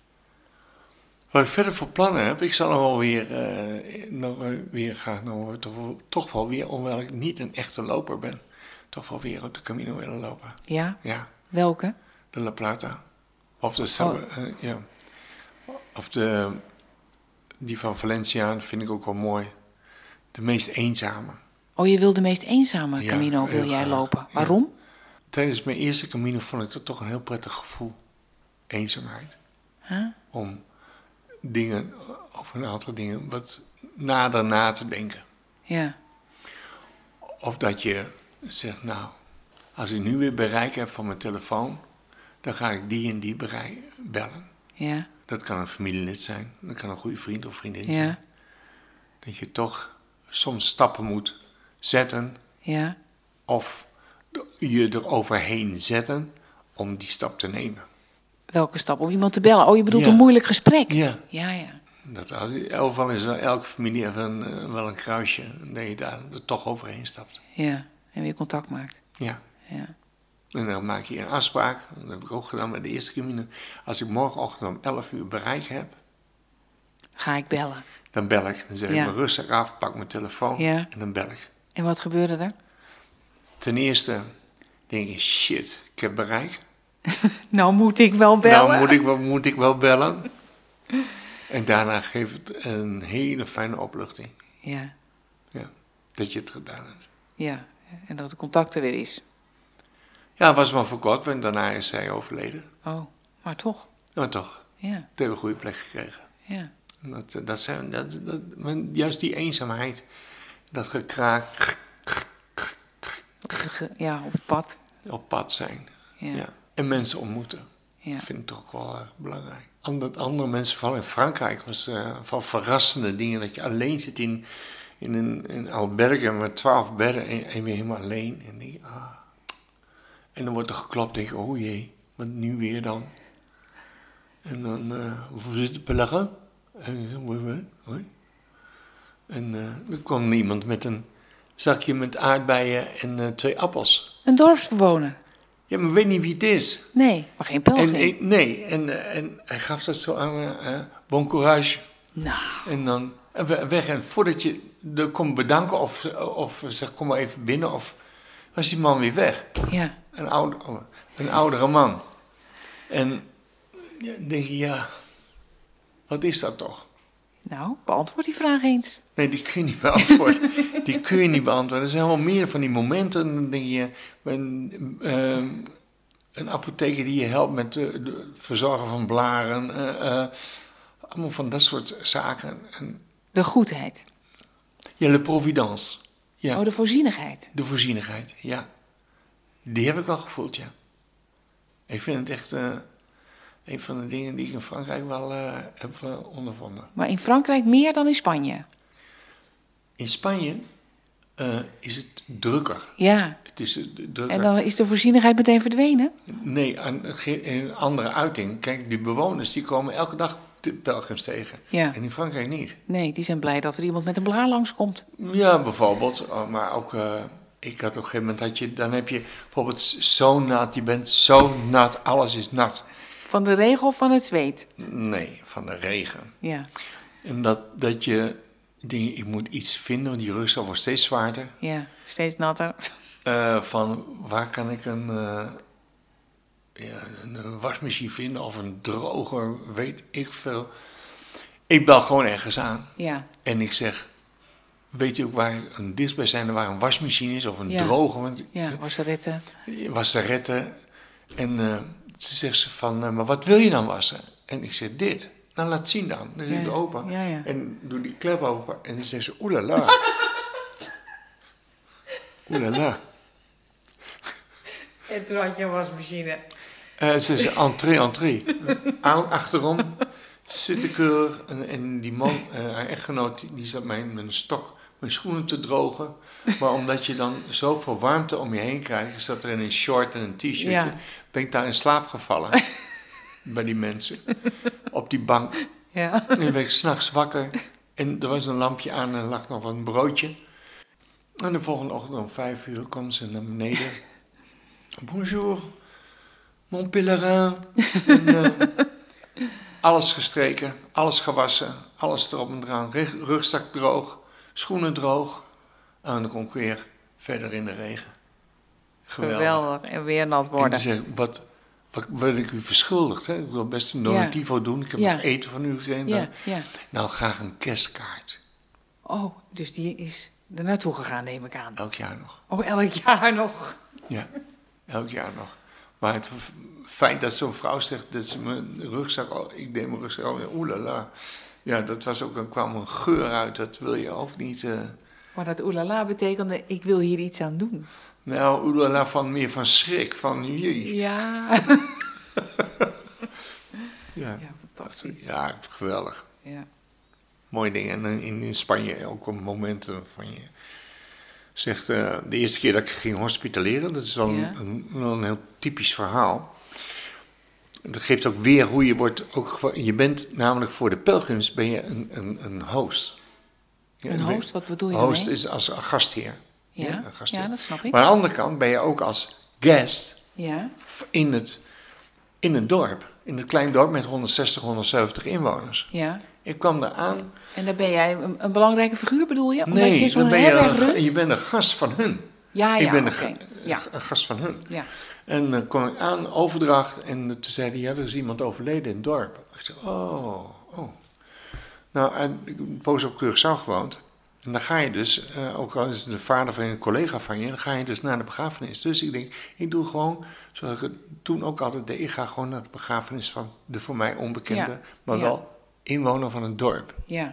Wat ik verder voor plannen heb, ik zal nog wel weer, uh, nog, uh, weer gaan, nog, toch, toch wel weer, hoewel ik niet een echte loper ben, toch wel weer op de Camino willen lopen. Ja? Ja, Welke? de La Plata. Of de, Sab- Oh. uh, ja. Of de, die van Valencia, vind ik ook wel mooi. De meest eenzame. Oh, je wil de meest eenzame Ja, Camino wil heel jij graag. lopen. Ja. Waarom? Tijdens mijn eerste Camino vond ik dat toch een heel prettig gevoel. Eenzaamheid. Huh? Om dingen, over een aantal dingen, wat nader na te denken. Ja. Of dat je zegt, nou, als ik nu weer bereik heb van mijn telefoon, dan ga ik die en die bereik, bellen. Ja. Dat kan een familielid zijn, dat kan een goede vriend of vriendin Ja. zijn. Dat je toch soms stappen moet zetten Ja. of je eroverheen zetten om die stap te nemen. Welke stap? Om iemand te bellen? Oh, je bedoelt Ja. een moeilijk gesprek? Ja. Ja, ja. Dat, overal is wel, elke familie heeft een, uh, wel een kruisje, dat je daar er toch overheen stapt. Ja. En weer contact maakt. Ja. Ja. En dan maak je een afspraak, dat heb ik ook gedaan met de eerste Camino. Als ik morgenochtend om elf uur bereik heb, Ga ik bellen. dan bel ik. Dan zeg Ja. ik me rustig af, pak mijn telefoon Ja. en dan bel ik. En wat gebeurde er? Ten eerste denk ik, shit, ik heb bereik. Nou moet ik wel bellen. Nou moet ik wel, moet ik wel bellen. En daarna geeft het een hele fijne opluchting. Ja. Ja, dat je het gedaan hebt. Ja. En dat het contact er weer is. Ja, het was maar voor kort, want daarna is zij overleden. Oh, maar toch. Maar toch, Ja. het heeft een goede plek gekregen. Ja. Dat, dat zijn, dat, dat, maar juist die eenzaamheid, dat gekraak Op het ge- ja, op het pad. op pad zijn. Ja. Ja. En mensen ontmoeten. Ja. Dat vind ik toch wel uh, belangrijk. Ander, andere mensen, vooral in Frankrijk, was uh, van verrassende dingen. Dat je alleen zit in, in een in alberge met twaalf bedden en, en weer helemaal alleen. En, denk, ah. en dan wordt er geklopt, denk ik, oh jee, wat nu weer dan? En dan, uh, hoe zit het pèlerin? En, en uh, er kwam iemand met een zakje met aardbeien en uh, twee appels. Een dorpsbewoner. Ja, maar weet niet wie het is. Nee, maar geen pelgrim. En, en, nee, en, uh, en hij gaf dat zo aan, uh, bon courage. Nou, En dan uh, weg. En voordat je er kon bedanken of, of zeg, kom maar even binnen, of was die man weer weg. ja. Een, oude, een oudere man. En ja, denk je, ja, wat is dat toch? Nou, beantwoord die vraag eens. Nee, die kun je niet beantwoorden. Die kun je niet beantwoorden. Er zijn wel meer van die momenten. Dan denk je, een, uh, een apotheker die je helpt met uh, het verzorgen van blaren. Uh, uh, allemaal van dat soort zaken. En, De goedheid. ja, de providence. Ja, Oh, de voorzienigheid. de voorzienigheid, ja. Die heb ik wel gevoeld, ja. Ik vind het echt uh, een van de dingen die ik in Frankrijk wel uh, heb uh, ondervonden. Maar in Frankrijk meer dan in Spanje. In Spanje uh, is het drukker. Ja. Het is uh, drukker. En dan is de voorzienigheid meteen verdwenen? Nee, een, een andere uiting. Kijk, die bewoners die komen elke dag de pelgrims tegen. Ja. En in Frankrijk niet. Nee, die zijn blij dat er iemand met een blaar langskomt. Ja, bijvoorbeeld. Maar ook, uh, ik had op een gegeven moment, had je, dan heb je bijvoorbeeld zo nat, je bent zo nat, alles is nat. Van de regen of van het zweet? Nee, van de regen. Ja. En dat, dat je, denk, ik moet iets vinden, want die rugzak wordt steeds zwaarder. Ja, steeds natter. Uh, van waar kan ik een, uh, ja, een wasmachine vinden of een droger, weet ik veel. Ik bel gewoon ergens aan Ja. en ik zeg, weet je ook waar een dichtstbijzijnde waar een wasmachine is of een Ja. droger? Want, Ja, wasseretten. wasseretten. En uh, ze zegt ze van, uh, maar wat wil je dan wassen? En ik zeg, dit. Nou, laat zien dan. Dan zit ik Ja. open Ja, ja. en doe die klep open en dan zegt ze, oelala. oelala. En toen had je een wasmachine. Uh, ze zei, entree, entree. Aan, achterom, zittekeur. En, en die man, uh, haar echtgenoot, die, die zat mij met een stok mijn schoenen te drogen. Maar omdat je dan zoveel warmte om je heen krijgt, zat er in een short en een t-shirtje, Ja. ben ik daar in slaap gevallen. bij die mensen. Op die bank. Ja. En dan werd ik 's nachts wakker. En er was een lampje aan en er lag nog een broodje. En de volgende ochtend om vijf uur kwam ze naar beneden. Bonjour, mon pèlerin. En, uh, alles gestreken, alles gewassen, alles erop en eraan. Rugzak droog, schoenen droog. En dan kon ik weer verder in de regen. Geweldig. Geweldig. En weer nat worden. En zei, wat, wat werd ik u verschuldigd? Hè? Ik wil best een donativo ja. doen. Ik heb ja. nog eten van u gegeven. Ja, ja. Nou, graag een kerstkaart. Oh, dus die is er naartoe gegaan, neem ik aan. Elk jaar nog. Oh, elk jaar nog. Ja, elk jaar nog. Maar het feit dat zo'n vrouw zegt dat ze mijn rugzak... Oh, ik deed mijn rugzak... Oh, oelala. Ja, dat was ook, er kwam een geur uit. Dat wil je ook niet... Uh... Maar dat oelala betekende, ik wil hier iets aan doen. Nou, oelala van meer van schrik. Van jee. Ja. ja. Ja, fantastisch. Ja, geweldig. Ja. Mooi ding. En in, in Spanje ook op momenten van je... Zegt, uh, de eerste keer dat ik ging hospitaleren, dat is wel ja. een, een, een heel typisch verhaal. Dat geeft ook weer hoe je wordt, ook, je bent namelijk voor de pelgrims ben je een, een, een host. Ja, een host, wat bedoel je Host daarmee? Is als een gastheer. Ja, ja, een gastheer. ja, dat snap ik. Maar aan de andere kant ben je ook als guest ja. in, het, in het dorp. In het klein dorp met honderdzestig, honderdzeventig inwoners. Ja. Ik kwam daar aan. En dan ben jij een, een belangrijke figuur, bedoel je? Omdat nee, je, dan ben je, een, je bent een gast van hun. Ja, ja, ik ben okay. een, ja. een gast van hun. Ja. En dan uh, kwam ik aan, overdracht, en toen zeiden ja, er is iemand overleden in het dorp. Ik zei, oh, oh. Nou, en ik heb een poos op Curaçao gewoond. En dan ga je dus, uh, ook al is het de vader van een collega van je, dan ga je dus naar de begrafenis. Dus ik denk, ik doe gewoon, zoals ik het toen ook altijd deed, ik ga gewoon naar de begrafenis van de voor mij onbekende, ja. maar ja. wel inwoner van het dorp. Ja.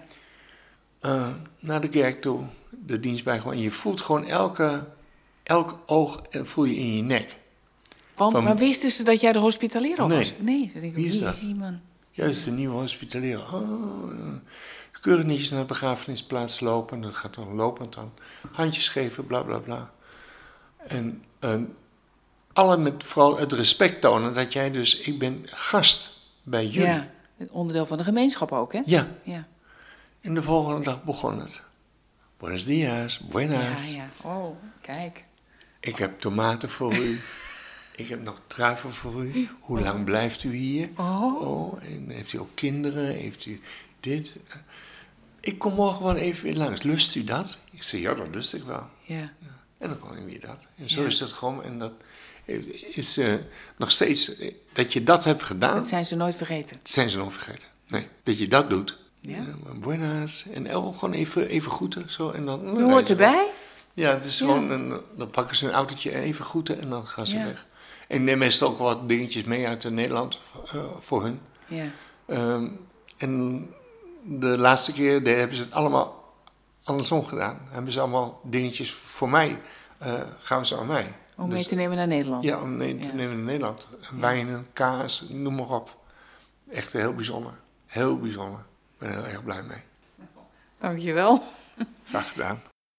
Uh, naar de kerk toe, de dienst bij gewoon. En je voelt gewoon elke, elk oog voel je in je nek. Want, Van, maar wisten ze dat jij de hospitalier nee. was? Nee. Dan denk ik, wie is dat? Is die man? Juist, de nieuwe hospitalier. Oh, uh, keurig netjes naar de begrafenisplaats lopen. Dat gaat dan lopend dan. Handjes geven, bla bla bla. En uh, alle met vooral het respect tonen dat jij dus, ik ben gast bij jullie. Ja, een onderdeel van de gemeenschap ook, hè? Ja. ja. En de volgende dag begon het. Buenos dias, buenas. Ja, ja. Oh, kijk. Ik heb tomaten voor u. Ik heb nog druiven voor u. Hoe oh. lang blijft u hier? Oh. oh. En heeft u ook kinderen? Heeft u dit? Ik kom morgen wel even weer langs. Lust u dat? Ik zei, ja, dat lust ik wel. Ja. ja. En dan kon ik weer dat. En zo ja. is dat gewoon. En dat is uh, nog steeds, dat je dat hebt gedaan. Dat zijn ze nooit vergeten. Dat zijn ze nooit vergeten. Nee, dat je dat doet. Ja. Uh, buenas. En El, gewoon even, even groeten. Zo, en dan, je hoort erbij? Ja, het is ja. gewoon, een, dan pakken ze een autootje en even groeten en dan gaan ze ja. weg. En ik neem meestal ook wat dingetjes mee uit Nederland uh, voor hun. Ja. Um, en de laatste keer de, hebben ze het allemaal andersom gedaan. Hebben ze allemaal dingetjes voor mij, uh, gaven ze aan mij. Om dus, mee te nemen naar Nederland? Ja, om mee te ja. nemen naar Nederland. Wijnen, kaas, noem maar op. Echt heel bijzonder. Heel bijzonder. Ik ben er heel erg blij mee. Dankjewel. Graag gedaan.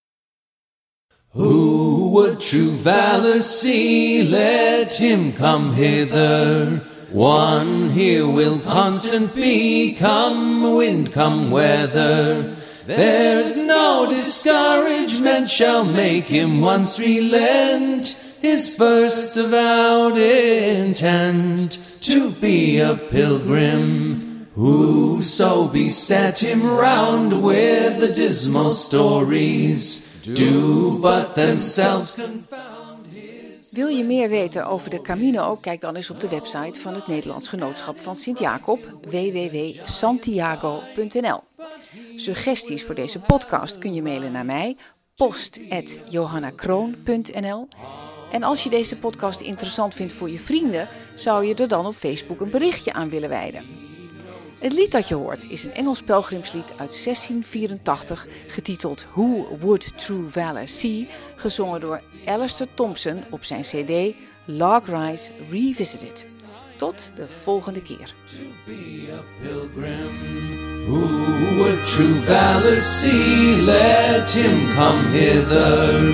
Who would true valor see? Let him come hither. One here will constant be, come wind, come weather. There's no discouragement shall make him once relent his first avowed intent to be a pilgrim. Whoso beset him round with the dismal stories do but themselves confound his... Wil je meer weten over de Camino? Kijk dan eens op de website van het Nederlands Genootschap van Sint-Jacob, w w w punt santiago punt n l. Suggesties voor deze podcast kun je mailen naar mij, post at johannakroon punt n l. En als je deze podcast interessant vindt voor je vrienden, zou je er dan op Facebook een berichtje aan willen wijden. Het lied dat je hoort is een Engels pelgrimslied uit zestien vierentachtig, getiteld Who Would True Valor See, gezongen door Alistair Thompson op zijn cd Log Rise Revisited. Tot de volgende keer. Who would true valor see? Let him come hither.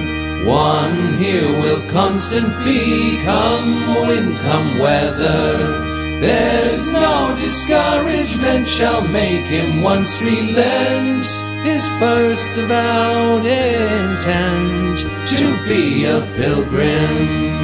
One here will constant be, come wind, come weather. There's no discouragement shall make him once relent his first avowed intent to be a pilgrim.